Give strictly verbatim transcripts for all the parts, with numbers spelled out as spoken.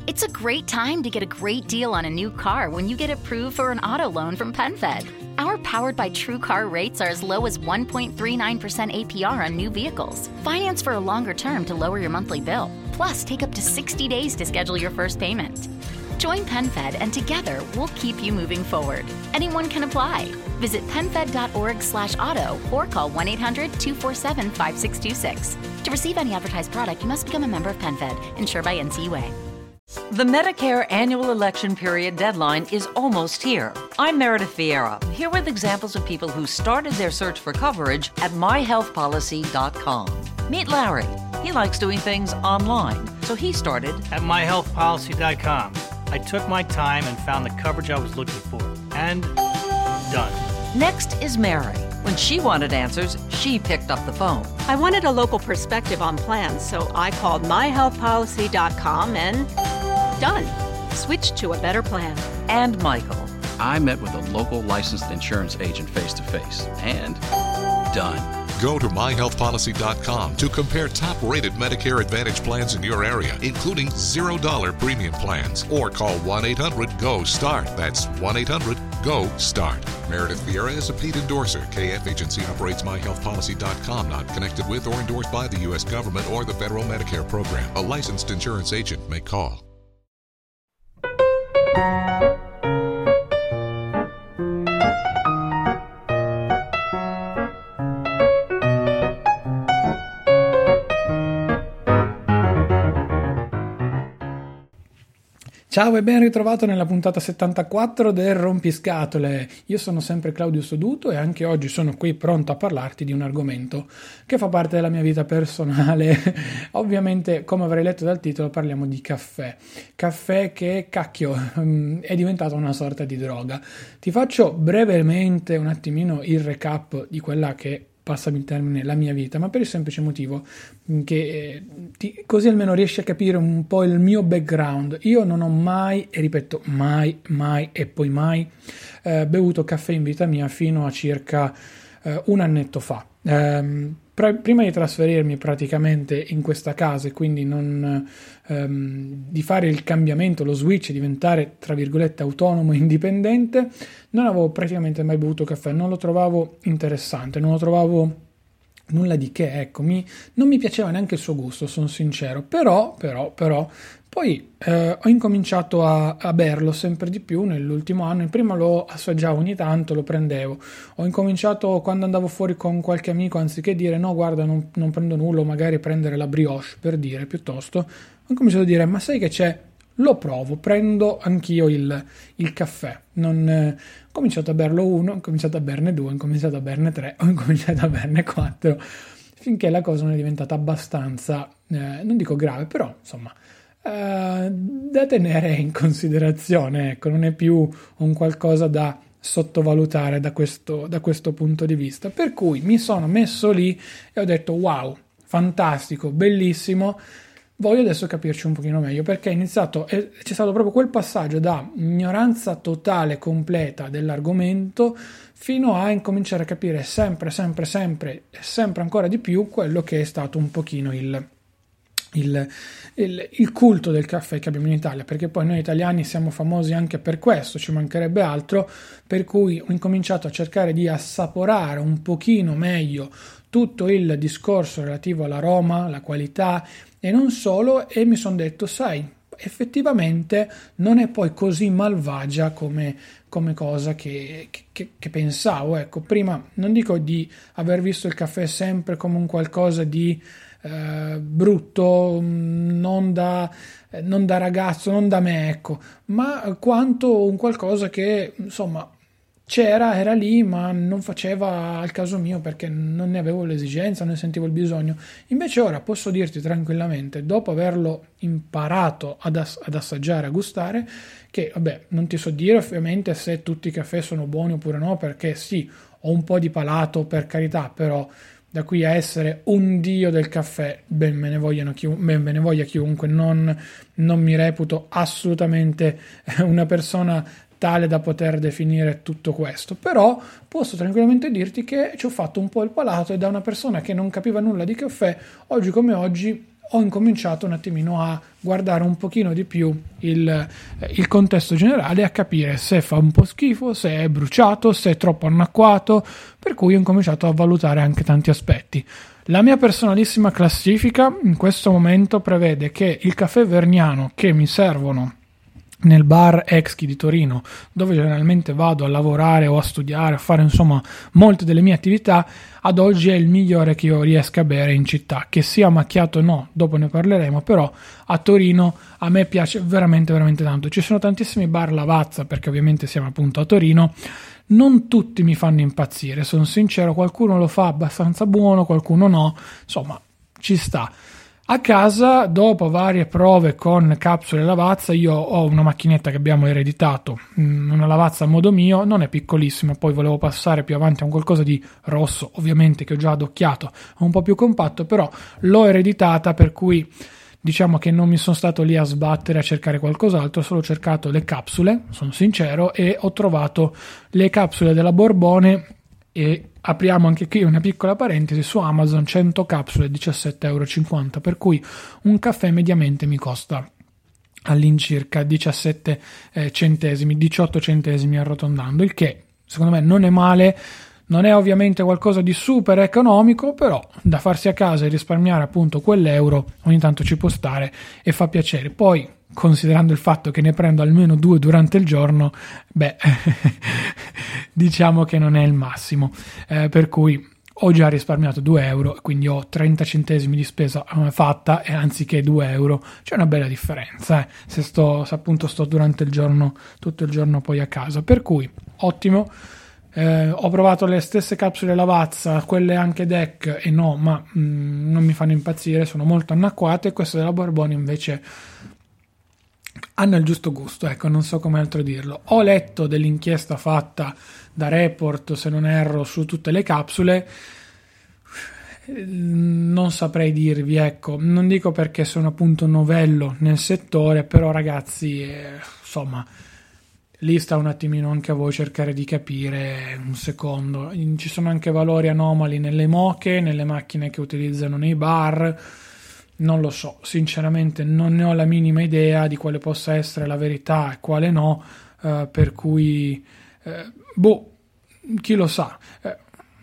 It's a great time to get a great deal on a new car when you get approved for an auto loan from PenFed. Our Powered by True Car rates are as low as one point three nine percent A P R on new vehicles. Finance for a longer term to lower your monthly bill. Plus, take up to sixty days to schedule your first payment. Join PenFed and together we'll keep you moving forward. Anyone can apply. Visit PenFed.org slash auto or call one eight hundred two four seven five six two six. To receive any advertised product, you must become a member of PenFed, insured by N C U A. The Medicare annual election period deadline is almost here. I'm Meredith Vieira, here with examples of people who started their search for coverage at my health policy dot com. Meet Larry. He likes doing things online, so he started at my health policy dot com. I took my time and found the coverage I was looking for. And done. Next is Mary. When she wanted answers, she picked up the phone. I wanted a local perspective on plans, so I called my health policy dot com and done. Switched to a better plan. And Michael. I met with a local licensed insurance agent face-to-face. And done. Go to my health policy dot com to compare top-rated Medicare Advantage plans in your area, including zero dollar premium plans. Or call one eight hundred G O START. That's one eight hundred G O START. Meredith Vieira is a paid endorser. K F Agency operates my health policy dot com, not connected with or endorsed by the U S government or the federal Medicare program. A licensed insurance agent may call. Ciao e ben ritrovato nella puntata settantaquattro del Rompiscatole. Io sono sempre Claudio Soduto e anche oggi sono qui pronto a parlarti di un argomento che fa parte della mia vita personale. Ovviamente, come avrei letto dal titolo, parliamo di caffè. Caffè che, cacchio, è diventato una sorta di droga. Ti faccio brevemente un attimino il recap di quella che, passami il termine, la mia vita, ma per il semplice motivo che eh, ti, così almeno riesci a capire un po' il mio background. Io non ho mai, e ripeto mai, mai e poi mai eh, bevuto caffè in vita mia fino a circa eh, un annetto fa. Um, pr- prima di trasferirmi praticamente in questa casa e quindi non um, di fare il cambiamento, lo switch, diventare tra virgolette autonomo e indipendente, non avevo praticamente mai bevuto caffè, non lo trovavo interessante, non lo trovavo nulla di che, ecco, mi, non mi piaceva neanche il suo gusto, sono sincero, però, però, però, poi eh, ho incominciato a, a berlo sempre di più nell'ultimo anno. Prima lo assaggiavo ogni tanto, lo prendevo, ho incominciato quando andavo fuori con qualche amico, anziché dire no guarda non, non prendo nulla, o magari prendere la brioche per dire, piuttosto ho incominciato a dire ma sai che c'è? Lo provo, prendo anch'io il, il caffè. Non, eh, ho cominciato a berlo uno, ho cominciato a berne due, ho incominciato a berne tre, ho incominciato a berne quattro, finché la cosa non è diventata abbastanza, eh, non dico grave, però insomma eh, da tenere in considerazione, ecco, non è più un qualcosa da sottovalutare da questo, da questo punto di vista. Per cui mi sono messo lì e ho detto wow, fantastico, bellissimo. Voglio adesso capirci un pochino meglio, perché è iniziato, è, c'è stato proprio quel passaggio da ignoranza totale, completa dell'argomento, fino a incominciare a capire sempre, sempre, sempre e sempre ancora di più quello che è stato un pochino il, il, il, il culto del caffè che abbiamo in Italia, perché poi noi italiani siamo famosi anche per questo, ci mancherebbe altro, per cui ho incominciato a cercare di assaporare un pochino meglio tutto il discorso relativo all'aroma, alla qualità, e non solo, e mi sono detto, sai, effettivamente non è poi così malvagia come, come cosa che, che, che pensavo. Ecco, prima non dico di aver visto il caffè sempre come un qualcosa di eh, brutto, non da, non da ragazzo, non da me, ecco, ma quanto un qualcosa che, insomma, c'era, era lì, ma non faceva al caso mio perché non ne avevo l'esigenza, non ne sentivo il bisogno. Invece ora posso dirti tranquillamente, dopo averlo imparato ad, ass- ad assaggiare, a gustare, che vabbè, non ti so dire ovviamente se tutti i caffè sono buoni oppure no, perché sì, ho un po' di palato per carità, però da qui a essere un dio del caffè, ben me ne, vogliano chi- ben me ne voglia chiunque, non, non mi reputo assolutamente una persona tale da poter definire tutto questo, però posso tranquillamente dirti che ci ho fatto un po' il palato, e da una persona che non capiva nulla di caffè, oggi come oggi ho incominciato un attimino a guardare un pochino di più il, il contesto generale, a capire se fa un po' schifo, se è bruciato, se è troppo annacquato, per cui ho incominciato a valutare anche tanti aspetti. La mia personalissima classifica in questo momento prevede che il caffè Vergnano che mi servono nel bar Exchi di Torino, dove generalmente vado a lavorare o a studiare, a fare insomma molte delle mie attività, ad oggi è il migliore che io riesca a bere in città, che sia macchiato o no, dopo ne parleremo, però a Torino a me piace veramente veramente tanto. Ci sono tantissimi bar Lavazza, perché ovviamente siamo appunto a Torino, non tutti mi fanno impazzire, sono sincero, qualcuno lo fa abbastanza buono, qualcuno no, insomma ci sta. A casa, dopo varie prove con capsule Lavazza, io ho una macchinetta che abbiamo ereditato, una Lavazza a modo mio, non è piccolissima, poi volevo passare più avanti a un qualcosa di rosso, ovviamente, che ho già adocchiato, un po' più compatto, però l'ho ereditata, per cui diciamo che non mi sono stato lì a sbattere a cercare qualcos'altro, ho solo cercato le capsule, sono sincero, e ho trovato le capsule della Borbone. E apriamo anche qui una piccola parentesi, su Amazon cento capsule diciassette virgola cinquanta euro, per cui un caffè mediamente mi costa all'incirca diciassette eh, centesimi, diciotto centesimi arrotondando, il che secondo me non è male, non è ovviamente qualcosa di super economico, però da farsi a casa e risparmiare appunto quell'euro ogni tanto ci può stare e fa piacere. Poi, considerando il fatto che ne prendo almeno due durante il giorno, beh, diciamo che non è il massimo, eh, per cui ho già risparmiato due euro, quindi ho trenta centesimi di spesa fatta, e anziché due euro c'è una bella differenza, eh, se, sto, se appunto sto durante il giorno, tutto il giorno poi a casa, per cui ottimo. Eh, ho provato le stesse capsule Lavazza, quelle anche D E C, e no, ma mh, non mi fanno impazzire, sono molto annacquate. Queste della Borbone invece hanno il giusto gusto, ecco, non so come altro dirlo. Ho letto dell'inchiesta fatta da Report, se non erro, su tutte le capsule, non saprei dirvi, ecco, non dico perché sono appunto novello nel settore, però ragazzi, eh, insomma, lì sta un attimino anche a voi cercare di capire un secondo. Ci sono anche valori anomali nelle moche, nelle macchine che utilizzano nei bar, non lo so, sinceramente non ne ho la minima idea di quale possa essere la verità e quale no, eh, per cui eh, boh, chi lo sa, eh,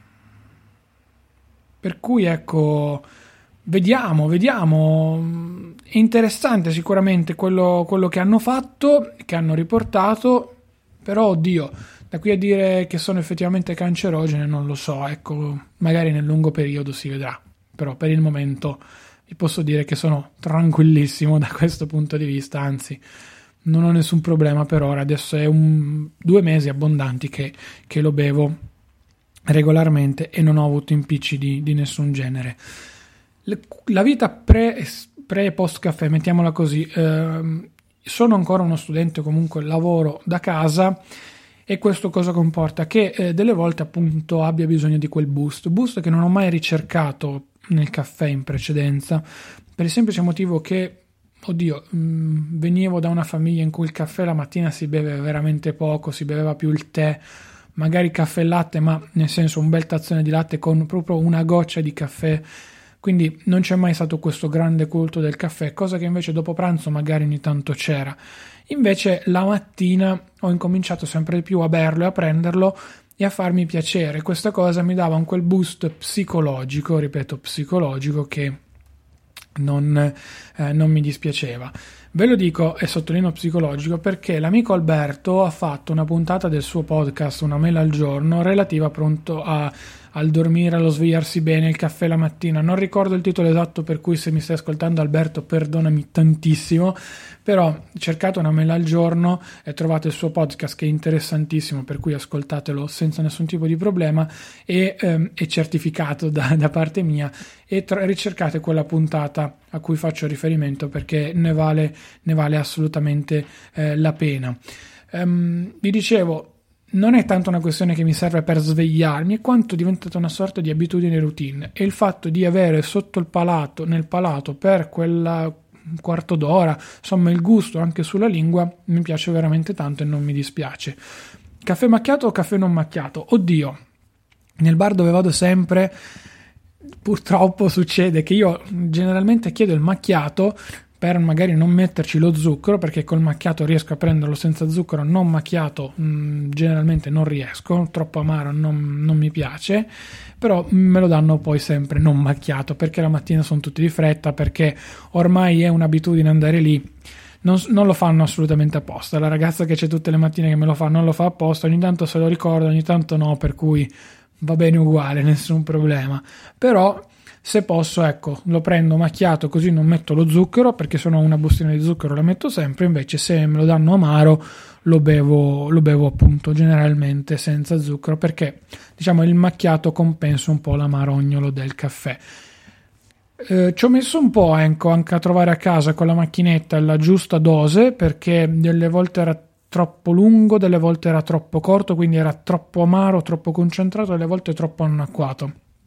per cui ecco, vediamo, vediamo. È interessante sicuramente quello, quello che hanno fatto, che hanno riportato, però oddio, da qui a dire che sono effettivamente cancerogene non lo so, ecco, magari nel lungo periodo si vedrà, però per il momento vi posso dire che sono tranquillissimo da questo punto di vista, anzi non ho nessun problema per ora. Adesso è un, due mesi abbondanti che, che lo bevo regolarmente e non ho avuto impicci di, di nessun genere. Le, la vita pre, pre e post caffè, mettiamola così, eh, sono ancora uno studente, comunque lavoro da casa, e questo cosa comporta? Che eh, delle volte appunto abbia bisogno di quel boost, boost che non ho mai ricercato nel caffè in precedenza, per il semplice motivo che, oddio, mh, venivo da una famiglia in cui il caffè la mattina si beve veramente poco, si beveva più il tè, magari caffè e latte, ma nel senso un bel tazzone di latte con proprio una goccia di caffè, quindi non c'è mai stato questo grande culto del caffè, cosa che invece dopo pranzo magari ogni tanto c'era. Invece la mattina ho incominciato sempre di più a berlo e a prenderlo e a farmi piacere. Questa cosa mi dava un quel boost psicologico, ripeto psicologico, che non, eh, non mi dispiaceva. Ve lo dico e sottolineo psicologico perché l'amico Alberto ha fatto una puntata del suo podcast Una mela al giorno relativa appunto a, al dormire, allo svegliarsi bene, il caffè la mattina. Non ricordo il titolo esatto, per cui se mi stai ascoltando Alberto perdonami tantissimo, però cercate Una mela al giorno e trovate il suo podcast che è interessantissimo, per cui ascoltatelo senza nessun tipo di problema, e ehm, è certificato da, da parte mia, e tra- ricercate quella puntata a cui faccio riferimento perché ne vale, ne vale assolutamente eh, la pena. Um, vi dicevo, non è tanto una questione che mi serve per svegliarmi, quanto è diventata una sorta di abitudine routine, e il fatto di avere sotto il palato, nel palato per quella quarto d'ora, insomma il gusto anche sulla lingua, mi piace veramente tanto e non mi dispiace. Caffè macchiato o caffè non macchiato? Oddio, nel bar dove vado sempre purtroppo succede che io generalmente chiedo il macchiato per magari non metterci lo zucchero, perché col macchiato riesco a prenderlo senza zucchero, non macchiato mh, generalmente non riesco, troppo amaro non, non mi piace, però me lo danno poi sempre non macchiato, perché la mattina sono tutti di fretta, perché ormai è un'abitudine andare lì. Non, non lo fanno assolutamente apposta, la ragazza che c'è tutte le mattine che me lo fa non lo fa apposta, ogni tanto se lo ricorda, ogni tanto no, per cui va bene uguale, nessun problema. Però se posso, ecco, lo prendo macchiato, così non metto lo zucchero, perché se no una bustina di zucchero la metto sempre. Invece se me lo danno amaro lo bevo, lo bevo appunto generalmente senza zucchero, perché diciamo il macchiato compensa un po' l'amarognolo del caffè. Eh, ci ho messo un po' ecco, anche a trovare a casa con la macchinetta la giusta dose, perché delle volte era troppo lungo, delle volte era troppo corto, quindi era troppo amaro, troppo concentrato, delle volte troppo annacquato.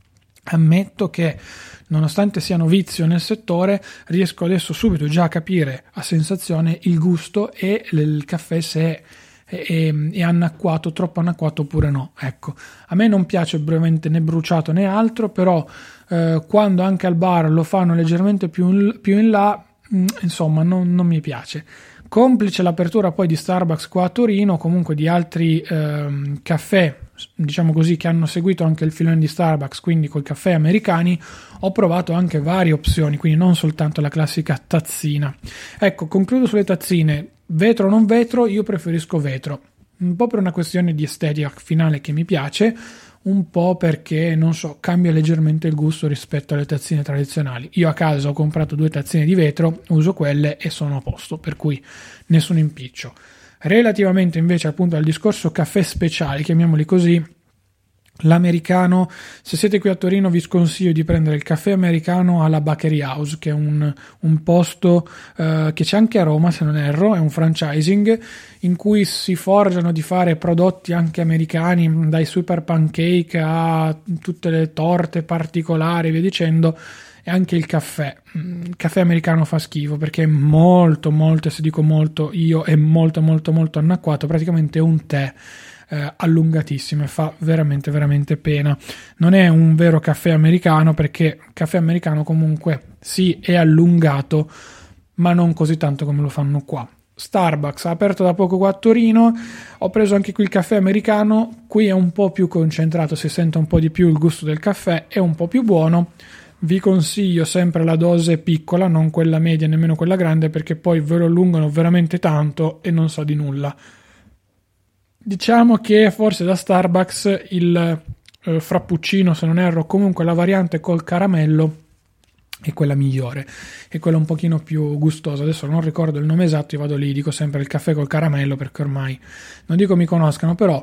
Ammetto che nonostante sia novizio nel settore, riesco adesso subito già a capire a sensazione il gusto e il caffè se è, è, è annacquato, troppo annacquato oppure no. Ecco, a me non piace brevemente né bruciato né altro, però eh, quando anche al bar lo fanno leggermente più in, più in là, mh, insomma non, non mi piace. Complice l'apertura poi di Starbucks qua a Torino, comunque di altri ehm, caffè, diciamo così, che hanno seguito anche il filone di Starbucks, quindi col caffè americani, ho provato anche varie opzioni, quindi non soltanto la classica tazzina. Ecco, concludo sulle tazzine, vetro o non vetro, io preferisco vetro, un po' per una questione di estetica finale che mi piace, un po' perché, non so, cambia leggermente il gusto rispetto alle tazzine tradizionali. Io a casa ho comprato due tazzine di vetro, uso quelle e sono a posto, per cui nessun impiccio. Relativamente invece appunto al discorso caffè speciali, chiamiamoli così, l'americano, se siete qui a Torino vi sconsiglio di prendere il caffè americano alla Bakery House, che è un, un posto eh, che c'è anche a Roma se non erro, è un franchising in cui si forgiano di fare prodotti anche americani, dai super pancake a tutte le torte particolari, via dicendo. E anche il caffè, il caffè americano fa schifo perché è molto molto, se dico molto io, è molto molto molto annacquato, praticamente è un tè eh, allungatissimo e fa veramente veramente pena. Non è un vero caffè americano, perché il caffè americano comunque sì è allungato, ma non così tanto come lo fanno qua. Starbucks ha aperto da poco qua a Torino, ho preso anche qui il caffè americano, qui è un po' più concentrato, si sente un po' di più il gusto del caffè, è un po' più buono. Vi consiglio sempre la dose piccola, non quella media, nemmeno quella grande, perché poi ve lo allungano veramente tanto e non sa di nulla. Diciamo che forse da Starbucks il eh, frappuccino, se non erro, comunque la variante col caramello è quella migliore, è quella un pochino più gustosa. Adesso non ricordo il nome esatto, io vado lì, dico sempre il caffè col caramello, perché ormai non dico mi conoscano, però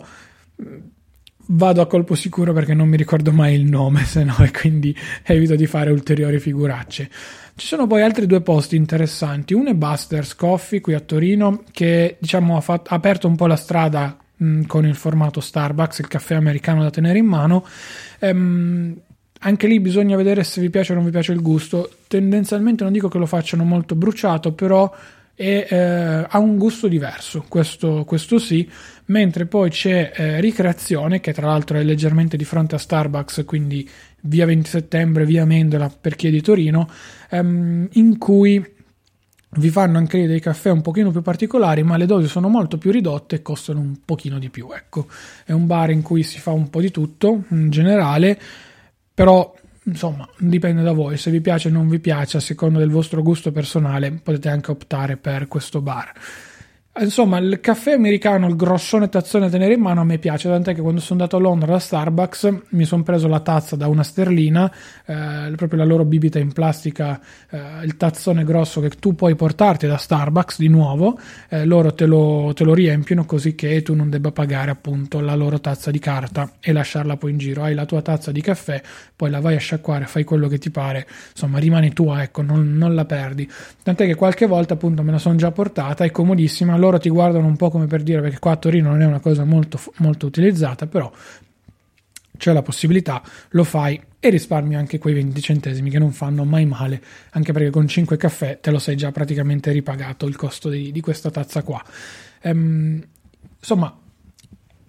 vado a colpo sicuro perché non mi ricordo mai il nome, se no, e quindi evito di fare ulteriori figuracce. Ci sono poi altri due posti interessanti. Uno è Buster's Coffee qui a Torino, che diciamo ha, fatto, ha aperto un po' la strada mh, con il formato Starbucks, il caffè americano da tenere in mano. Ehm, anche lì bisogna vedere se vi piace o non vi piace il gusto. Tendenzialmente non dico che lo facciano molto bruciato, però e eh, ha un gusto diverso, questo, questo sì, mentre poi c'è eh, Ricreazione, che tra l'altro è leggermente di fronte a Starbucks, quindi via venti settembre, via Amendola per chi è di Torino, ehm, in cui vi fanno anche lì dei caffè un pochino più particolari, ma le dosi sono molto più ridotte e costano un pochino di più. Ecco, è un bar in cui si fa un po' di tutto in generale, però insomma dipende da voi, se vi piace o non vi piace, a seconda del vostro gusto personale potete anche optare per questo bar. Insomma, il caffè americano, il grossone tazzone a tenere in mano, a me piace, tant'è che quando sono andato a Londra da Starbucks mi sono preso la tazza da una sterlina, eh, proprio la loro bibita in plastica, eh, il tazzone grosso che tu puoi portarti da Starbucks di nuovo, eh, loro te lo, te lo riempiono così che tu non debba pagare appunto la loro tazza di carta e lasciarla poi in giro. Hai la tua tazza di caffè, poi la vai a sciacquare, fai quello che ti pare, insomma rimane tua, ecco, non, non la perdi. Tant'è che qualche volta appunto me la sono già portata, è comodissima. Loro ti guardano un po' come per dire, perché qua a Torino non è una cosa molto, molto utilizzata, però c'è la possibilità, lo fai e risparmi anche quei venti centesimi che non fanno mai male, anche perché con cinque caffè te lo sei già praticamente ripagato il costo di, di questa tazza qua. Ehm, insomma,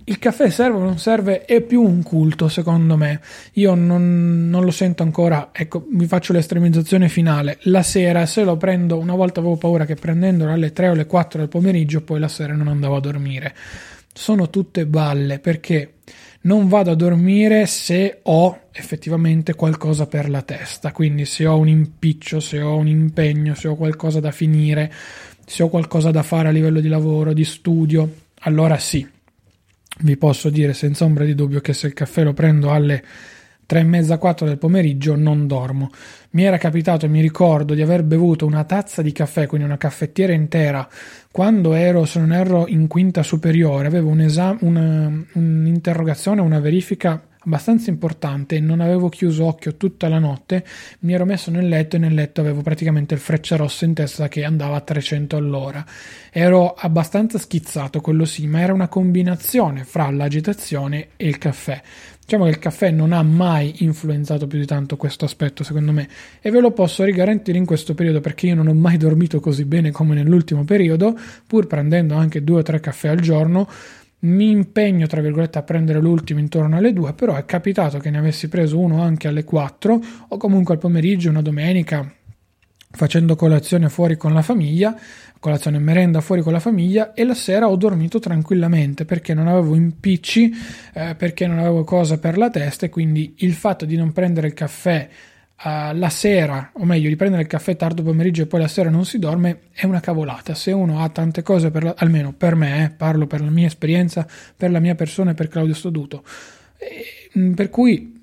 il caffè serve o non serve è più un culto, secondo me. Io non, non lo sento ancora, ecco, vi faccio l'estremizzazione finale. La sera, se lo prendo, una volta avevo paura che prendendolo alle tre o alle quattro del pomeriggio, poi la sera non andavo a dormire. Sono tutte balle, perché non vado a dormire se ho effettivamente qualcosa per la testa, quindi se ho un impiccio, se ho un impegno, se ho qualcosa da finire, se ho qualcosa da fare a livello di lavoro, di studio, allora sì. Vi posso dire senza ombra di dubbio che se il caffè lo prendo alle tre e mezza, quattro del pomeriggio non dormo. Mi era capitato, mi ricordo, di aver bevuto una tazza di caffè, quindi una caffettiera intera, quando ero, se non erro, in quinta superiore. Avevo un esame, una, un'interrogazione, una verifica abbastanza importante, non avevo chiuso occhio tutta la notte, mi ero messo nel letto e nel letto avevo praticamente il Frecciarossa in testa che andava a trecento all'ora. Ero abbastanza schizzato, quello sì, ma era una combinazione fra l'agitazione e il caffè. Diciamo che il caffè non ha mai influenzato più di tanto questo aspetto, secondo me, e ve lo posso rigarantire in questo periodo, perché io non ho mai dormito così bene come nell'ultimo periodo, pur prendendo anche due o tre caffè al giorno. Mi impegno, tra virgolette, a prendere l'ultimo intorno alle due, però è capitato che ne avessi preso uno anche alle quattro o comunque al pomeriggio, una domenica, facendo colazione fuori con la famiglia, colazione e merenda fuori con la famiglia, e la sera ho dormito tranquillamente perché non avevo impicci, eh, perché non avevo cosa per la testa, e quindi il fatto di non prendere il caffè Uh, la sera, o meglio di prendere il caffè tardo pomeriggio e poi la sera non si dorme, è una cavolata. Se uno ha tante cose, per la, almeno per me, eh, parlo per la mia esperienza, per la mia persona e per Claudio Stoduto, e, per cui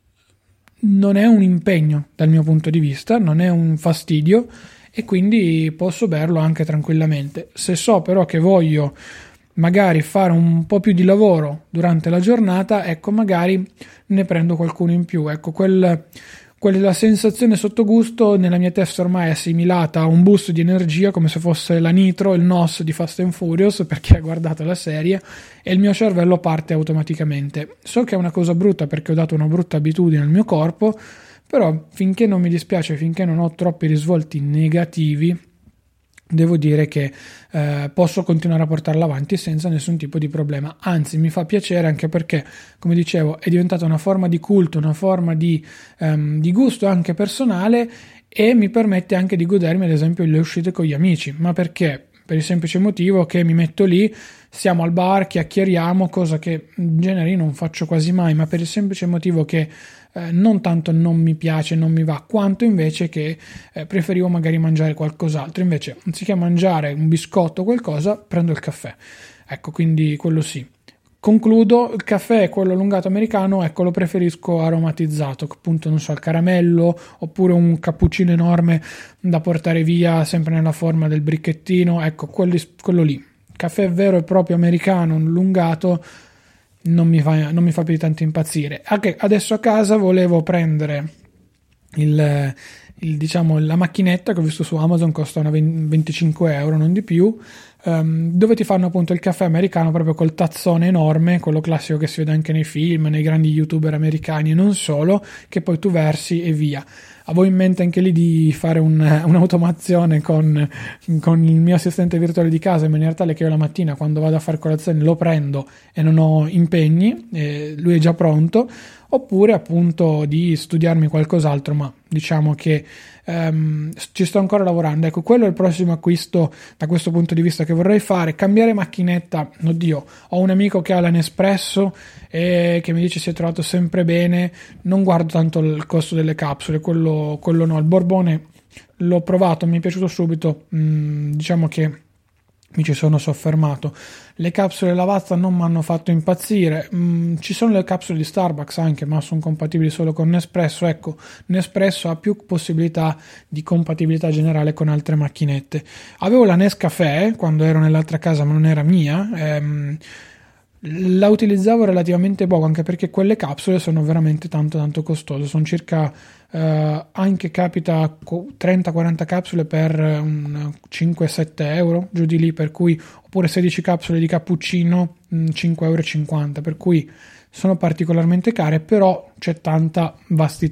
non è un impegno dal mio punto di vista, non è un fastidio, e quindi posso berlo anche tranquillamente. Se so però che voglio magari fare un po' più di lavoro durante la giornata, ecco, magari ne prendo qualcuno in più. Ecco, quel Quella sensazione sottogusto nella mia testa ormai è assimilata a un boost di energia, come se fosse la nitro, il N O S di Fast and Furious, perché ha guardato la serie, e il mio cervello parte automaticamente. So che è una cosa brutta perché ho dato una brutta abitudine al mio corpo, però finché non mi dispiace, finché non ho troppi risvolti negativi, devo dire che eh, posso continuare a portarla avanti senza nessun tipo di problema. Anzi, mi fa piacere, anche perché, come dicevo, è diventata una forma di culto, una forma di, um, di gusto anche personale, e mi permette anche di godermi ad esempio le uscite con gli amici. Ma perché? Per il semplice motivo che mi metto lì, siamo al bar, chiacchieriamo, cosa che in genere io non faccio quasi mai, ma per il semplice motivo che eh, non tanto non mi piace, non mi va, quanto invece che eh, preferivo magari mangiare qualcos'altro. Invece, anziché mangiare un biscotto o qualcosa, prendo il caffè. Ecco, quindi quello sì. Concludo, il caffè, quello allungato americano, ecco, lo preferisco aromatizzato, appunto, non so, al caramello, oppure un cappuccino enorme da portare via, sempre nella forma del bricchettino, ecco, quelli, quello lì. Caffè vero e proprio americano, allungato, non mi fa, non mi fa più di tanto impazzire. Anche adesso a casa volevo prendere il... Il, diciamo, la macchinetta che ho visto su Amazon, costa una venticinque euro, non di più, um, dove ti fanno appunto il caffè americano proprio col tazzone enorme, quello classico che si vede anche nei film, nei grandi youtuber americani e non solo, che poi tu versi e via. Avevo in mente anche lì di fare un, un'automazione con, con il mio assistente virtuale di casa, in maniera tale che io la mattina quando vado a fare colazione lo prendo e non ho impegni, e lui è già pronto, oppure appunto di studiarmi qualcos'altro, ma diciamo che um, ci sto ancora lavorando. Ecco, quello è il prossimo acquisto da questo punto di vista che vorrei fare. Cambiare macchinetta, oddio, ho un amico che ha la Nespresso e che mi dice si è trovato sempre bene, non guardo tanto il costo delle capsule, quello, quello no. Il Borbone l'ho provato, mi è piaciuto subito, mm, diciamo che mi ci sono soffermato. Le capsule Lavazza non mi hanno fatto impazzire. Mm, ci sono le capsule di Starbucks anche, ma sono compatibili solo con Nespresso. Ecco, Nespresso ha più possibilità di compatibilità generale con altre macchinette. Avevo la Nescafè quando ero nell'altra casa, ma non era mia. Ehm, la utilizzavo relativamente poco, anche perché quelle capsule sono veramente tanto tanto costose. Sono circa Uh, anche capita trenta quaranta capsule per un cinque sette euro, giù di lì, per cui, oppure sedici capsule di cappuccino, cinque e cinquanta euro, per cui sono particolarmente care, però c'è tanta vastità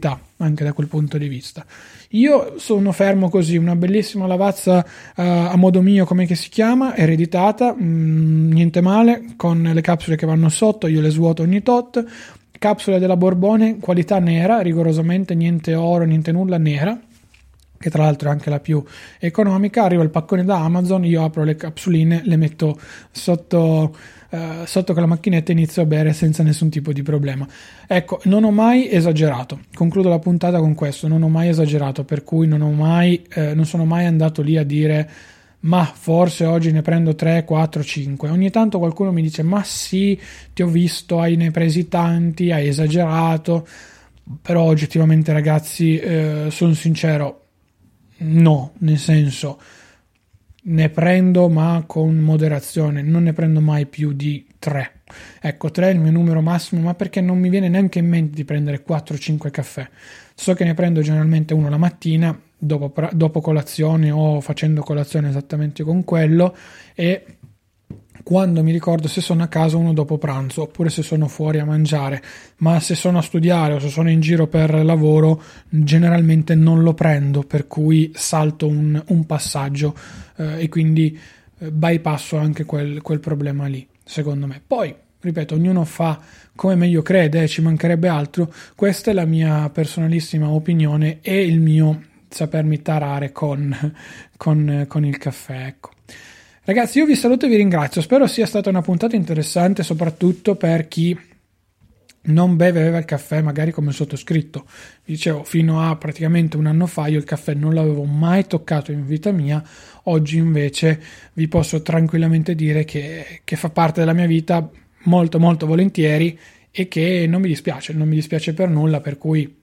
anche da quel punto di vista. Io sono fermo così, una bellissima lavazza uh, a modo mio, come che si chiama, ereditata, mh, niente male, con le capsule che vanno sotto, io le svuoto ogni tot, capsule della Borbone, qualità nera, rigorosamente niente oro, niente nulla, nera, che tra l'altro è anche la più economica. Arriva il paccone da Amazon, io apro le capsuline, le metto sotto, eh, sotto con la macchinetta e inizio a bere senza nessun tipo di problema. Ecco, non ho mai esagerato, concludo la puntata con questo, non ho mai esagerato, per cui non ho mai, eh, non sono mai andato lì a dire ma forse oggi ne prendo tre, quattro, cinque. Ogni tanto qualcuno mi dice ma sì, ti ho visto, hai ne presi tanti, hai esagerato, però oggettivamente ragazzi, eh, sono sincero, no, nel senso, ne prendo ma con moderazione, non ne prendo mai più di tre. Ecco, tre è il mio numero massimo, ma perché non mi viene neanche in mente di prendere quattro cinque caffè. So che ne prendo generalmente uno la mattina, dopo, dopo colazione o facendo colazione esattamente con quello, e quando mi ricordo, se sono a casa, uno dopo pranzo, oppure se sono fuori a mangiare. Ma se sono a studiare o se sono in giro per lavoro, generalmente non lo prendo, per cui salto un, un passaggio eh, e quindi eh, bypasso anche quel, quel problema lì, secondo me. Poi, ripeto, ognuno fa come meglio crede, eh, ci mancherebbe altro. Questa è la mia personalissima opinione e il mio sapermi tarare con, con, con il caffè, ecco. Ragazzi, io vi saluto e vi ringrazio, spero sia stata una puntata interessante, soprattutto per chi non beve il caffè magari come il sottoscritto. Vi dicevo, fino a praticamente un anno fa io il caffè non l'avevo mai toccato in vita mia, oggi invece vi posso tranquillamente dire che, che fa parte della mia vita molto molto volentieri e che non mi dispiace, non mi dispiace per nulla, per cui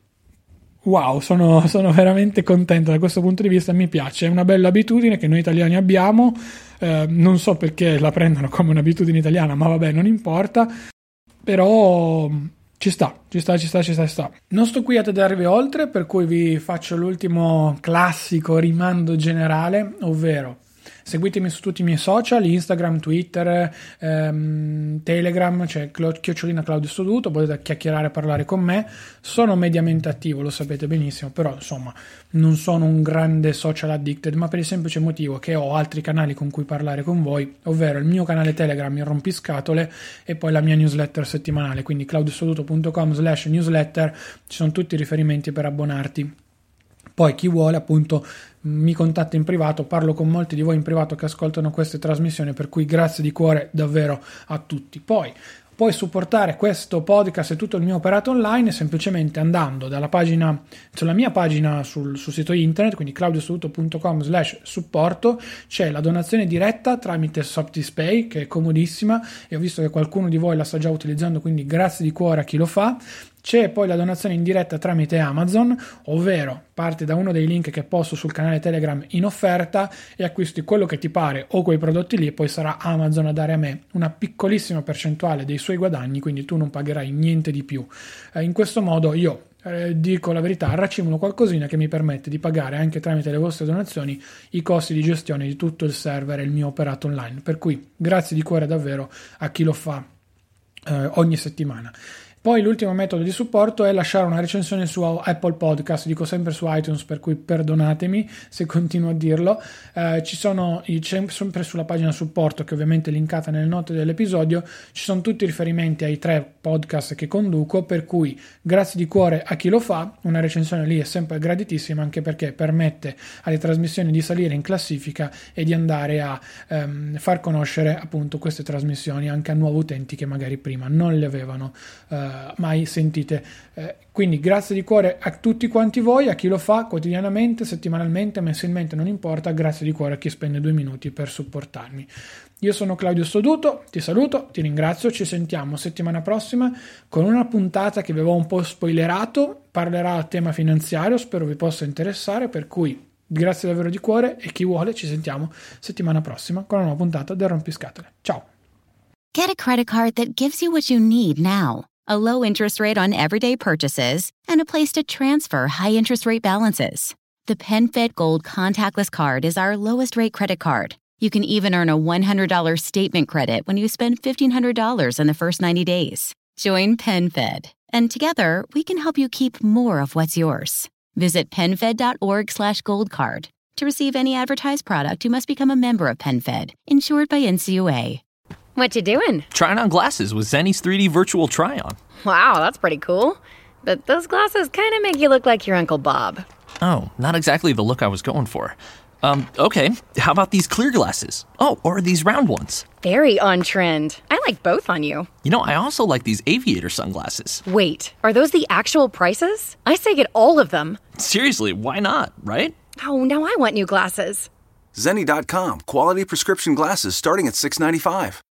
wow, sono, sono veramente contento da questo punto di vista, mi piace, è una bella abitudine che noi italiani abbiamo, eh, non so perché la prendano come un'abitudine italiana, ma vabbè, non importa, però ci sta, ci sta, ci sta, ci sta, ci sta. Non sto qui a tediarvi oltre, per cui vi faccio l'ultimo classico rimando generale, ovvero seguitemi su tutti i miei social, Instagram, Twitter, ehm, Telegram, cioè chiocciolina Claudio Stoduto, potete chiacchierare e parlare con me. Sono mediamente attivo, lo sapete benissimo, però insomma non sono un grande social addicted, ma per il semplice motivo che ho altri canali con cui parlare con voi, ovvero il mio canale Telegram, il Rompiscatole, e poi la mia newsletter settimanale, quindi claudiostoduto punto com slash newsletter, ci sono tutti i riferimenti per abbonarti. Poi chi vuole appunto mi contatta in privato, parlo con molti di voi in privato che ascoltano queste trasmissioni, per cui grazie di cuore davvero a tutti. Poi puoi supportare questo podcast e tutto il mio operato online semplicemente andando dalla pagina, sulla mia pagina sul, sul sito internet, quindi claudiostoduto punto com slash supporto, c'è la donazione diretta tramite SoftiSpay, che è comodissima e ho visto che qualcuno di voi la sta già utilizzando, quindi grazie di cuore a chi lo fa. C'è poi la donazione in diretta tramite Amazon, ovvero parti da uno dei link che posto sul canale Telegram in offerta e acquisti quello che ti pare o quei prodotti lì, e poi sarà Amazon a dare a me una piccolissima percentuale dei suoi guadagni, quindi tu non pagherai niente di più. Eh, in questo modo io eh, dico la verità, raccimolo qualcosina che mi permette di pagare anche tramite le vostre donazioni i costi di gestione di tutto il server e il mio operato online, per cui grazie di cuore davvero a chi lo fa eh, ogni settimana. Poi l'ultimo metodo di supporto è lasciare una recensione su Apple Podcast, dico sempre su iTunes, per cui perdonatemi se continuo a dirlo. Eh, ci sono i, sempre sulla pagina supporto, che ovviamente è linkata nelle note dell'episodio, ci sono tutti i riferimenti ai tre podcast che conduco, per cui grazie di cuore a chi lo fa, una recensione lì è sempre graditissima, anche perché permette alle trasmissioni di salire in classifica e di andare a ehm, far conoscere appunto queste trasmissioni anche a nuovi utenti che magari prima non le avevano eh, mai sentite. Eh, quindi grazie di cuore a tutti quanti voi, a chi lo fa quotidianamente, settimanalmente, mensilmente, non importa, grazie di cuore a chi spende due minuti per supportarmi. Io sono Claudio Stoduto, ti saluto, ti ringrazio, ci sentiamo settimana prossima con una puntata che vi avevo un po' spoilerato, parlerà a tema finanziario, spero vi possa interessare, per cui grazie davvero di cuore e chi vuole ci sentiamo settimana prossima con una nuova puntata del Rompiscatole. Ciao! Get a credit card that gives you what you need now. A low interest rate on everyday purchases, and a place to transfer high interest rate balances. The PenFed Gold Contactless Card is our lowest rate credit card. You can even earn a one hundred dollars statement credit when you spend fifteen hundred dollars in the first ninety days. Join PenFed, And together, we can help you keep more of what's yours. Visit PenFed.org slash gold card. To receive any advertised product, you must become a member of PenFed, insured by N C U A. What you doing? Trying on glasses with Zenni's three D virtual try-on. Wow, that's pretty cool. But those glasses kind of make you look like your Uncle Bob. Oh, not exactly the look I was going for. Um, okay, how about these clear glasses? Oh, or these round ones. Very on trend. I like both on you. You know, I also like these aviator sunglasses. Wait, are those the actual prices? I say get all of them. Seriously, why not, right? Oh, now I want new glasses. Zenni dot com. Quality prescription glasses starting at six dollars and ninety-five cents.